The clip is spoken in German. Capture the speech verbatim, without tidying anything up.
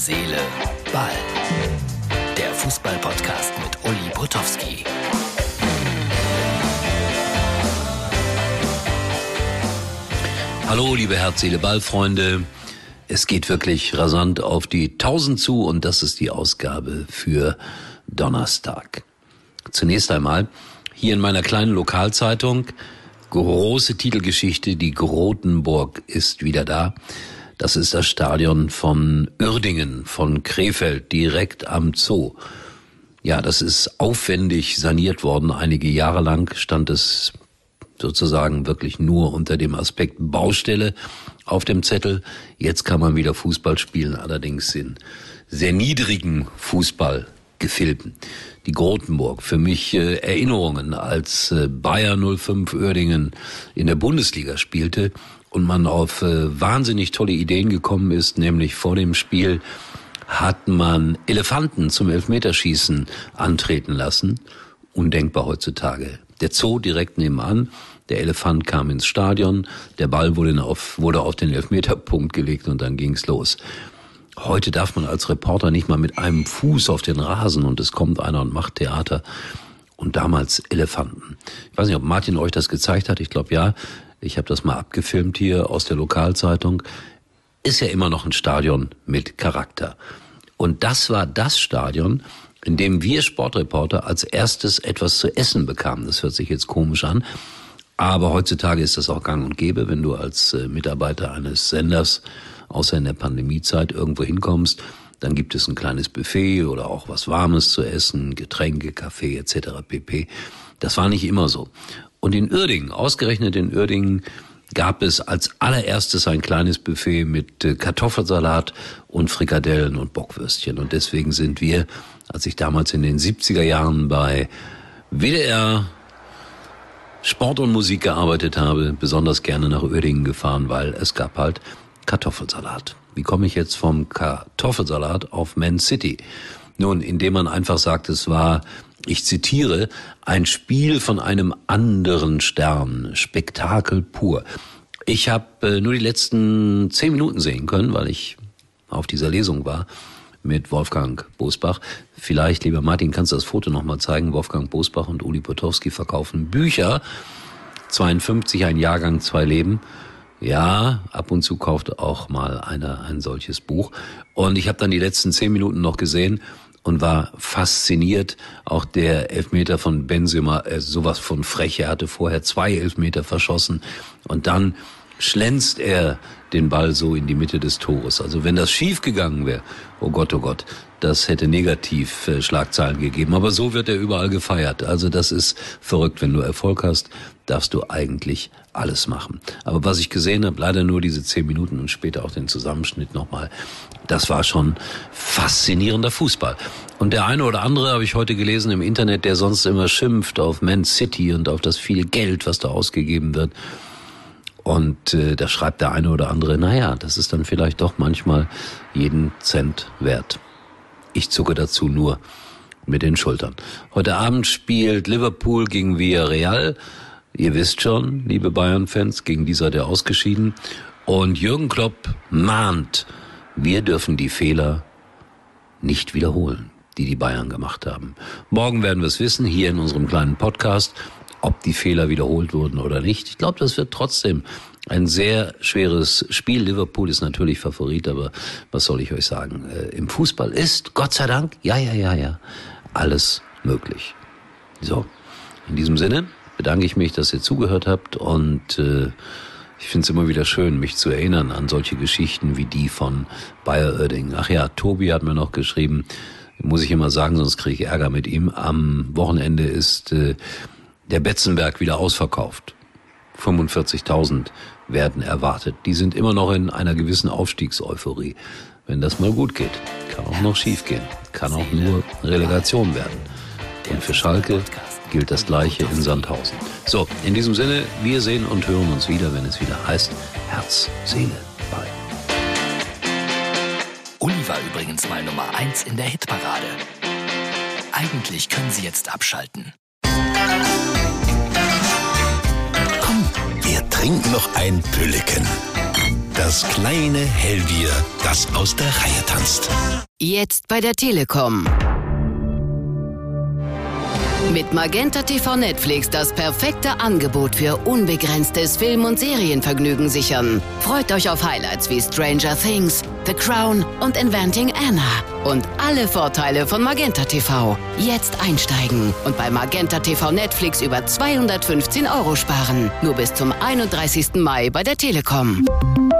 Seele, Ball. Der Fußball-Podcast mit Uli Potowski. Hallo, liebe Herz, Seele, Ball-Freunde. Es geht wirklich rasant auf die tausend zu und das ist die Ausgabe für Donnerstag. Zunächst einmal hier in meiner kleinen Lokalzeitung. Große Titelgeschichte, die Grotenburg ist wieder da. Das ist das Stadion von Uerdingen, von Krefeld, direkt am Zoo. Ja, das ist aufwendig saniert worden. Einige Jahre lang stand es sozusagen wirklich nur unter dem Aspekt Baustelle auf dem Zettel. Jetzt kann man wieder Fußball spielen, allerdings in sehr niedrigen Fußballgefilden. Die Grotenburg, für mich äh, Erinnerungen, als äh, Bayer null fünf Uerdingen in der Bundesliga spielte und man auf äh, wahnsinnig tolle Ideen gekommen ist, nämlich vor dem Spiel hat man Elefanten zum Elfmeterschießen antreten lassen. Undenkbar heutzutage. Der Zoo direkt nebenan, der Elefant kam ins Stadion, der Ball wurde auf, wurde auf den Elfmeterpunkt gelegt und dann ging's los. Heute darf man als Reporter nicht mal mit einem Fuß auf den Rasen und es kommt einer und macht Theater. Und damals Elefanten. Ich weiß nicht, ob Martin euch das gezeigt hat. Ich glaube ja. Ich habe das mal abgefilmt hier aus der Lokalzeitung. Ist ja immer noch ein Stadion mit Charakter. Und das war das Stadion, in dem wir Sportreporter als erstes etwas zu essen bekamen. Das hört sich jetzt komisch an. Aber heutzutage ist das auch gang und gäbe, wenn du als Mitarbeiter eines Senders außer in der Pandemiezeit irgendwo hinkommst, dann gibt es ein kleines Buffet oder auch was Warmes zu essen, Getränke, Kaffee et cetera pp. Das war nicht immer so. Und in Uerdingen, ausgerechnet in Uerdingen, gab es als allererstes ein kleines Buffet mit Kartoffelsalat und Frikadellen und Bockwürstchen. Und deswegen sind wir, als ich damals in den siebziger Jahren bei W D R Sport und Musik gearbeitet habe, besonders gerne nach Uerdingen gefahren, weil es gab halt Kartoffelsalat. Wie komme ich jetzt vom Kartoffelsalat auf Man City? Nun, indem man einfach sagt, es war, ich zitiere, ein Spiel von einem anderen Stern, Spektakel pur. Ich habe äh, nur die letzten zehn Minuten sehen können, weil ich auf dieser Lesung war mit Wolfgang Bosbach. Vielleicht, lieber Martin, kannst du das Foto nochmal zeigen? Wolfgang Bosbach und Uli Potowski verkaufen Bücher. zweiundfünfzig, ein Jahrgang, zwei Leben. Ja, ab und zu kauft auch mal einer ein solches Buch. Und ich habe dann die letzten zehn Minuten noch gesehen und war fasziniert. Auch der Elfmeter von Benzema, äh, sowas von frech. Er hatte vorher zwei Elfmeter verschossen und dann schlänzt er den Ball so in die Mitte des Tores. Also wenn das schief gegangen wäre, oh Gott, oh Gott, das hätte negativ äh, Schlagzeilen gegeben. Aber so wird er überall gefeiert. Also das ist verrückt. Wenn du Erfolg hast, darfst du eigentlich alles machen. Aber was ich gesehen habe, leider nur diese zehn Minuten und später auch den Zusammenschnitt nochmal, das war schon faszinierender Fußball. Und der eine oder andere, habe ich heute gelesen im Internet, der sonst immer schimpft auf Man City und auf das viel Geld, was da ausgegeben wird. Und äh, da schreibt der eine oder andere, naja, das ist dann vielleicht doch manchmal jeden Cent wert. Ich zucke dazu nur mit den Schultern. Heute Abend spielt Liverpool gegen Villarreal. Ihr wisst schon, liebe Bayern-Fans, gegen die seid ihr ausgeschieden. Und Jürgen Klopp mahnt, wir dürfen die Fehler nicht wiederholen, die die Bayern gemacht haben. Morgen werden wir es wissen, hier in unserem kleinen Podcast, ob die Fehler wiederholt wurden oder nicht. Ich glaube, das wird trotzdem ein sehr schweres Spiel. Liverpool ist natürlich Favorit, aber was soll ich euch sagen? Äh, im Fußball ist, Gott sei Dank, ja, ja, ja, ja, alles möglich. So, in diesem Sinne bedanke ich mich, dass ihr zugehört habt und äh, ich finde es immer wieder schön, mich zu erinnern an solche Geschichten wie die von Bayer Uerdingen. Ach ja, Tobi hat mir noch geschrieben, muss ich immer sagen, sonst kriege ich Ärger mit ihm. Am Wochenende ist äh, der Betzenberg wieder ausverkauft. fünfundvierzigtausend werden erwartet. Die sind immer noch in einer gewissen Aufstiegseuphorie. Wenn das mal gut geht, kann auch noch schief gehen. Kann auch nur Relegation werden. Und für Schalke gilt das Gleiche in Sandhausen. So, in diesem Sinne, wir sehen und hören uns wieder, wenn es wieder heißt Herz, Seele, Ball. Uli war übrigens mal Nummer eins in der Hitparade. Eigentlich können Sie jetzt abschalten. Komm, wir trinken noch ein Pülleken. Das kleine Hellbier, das aus der Reihe tanzt. Jetzt bei der Telekom. Mit Magenta T V Netflix das perfekte Angebot für unbegrenztes Film- und Serienvergnügen sichern. Freut euch auf Highlights wie Stranger Things, The Crown und Inventing Anna. Und alle Vorteile von Magenta T V. Jetzt einsteigen und bei Magenta T V Netflix über zweihundertfünfzehn Euro sparen. Nur bis zum einunddreißigsten Mai bei der Telekom.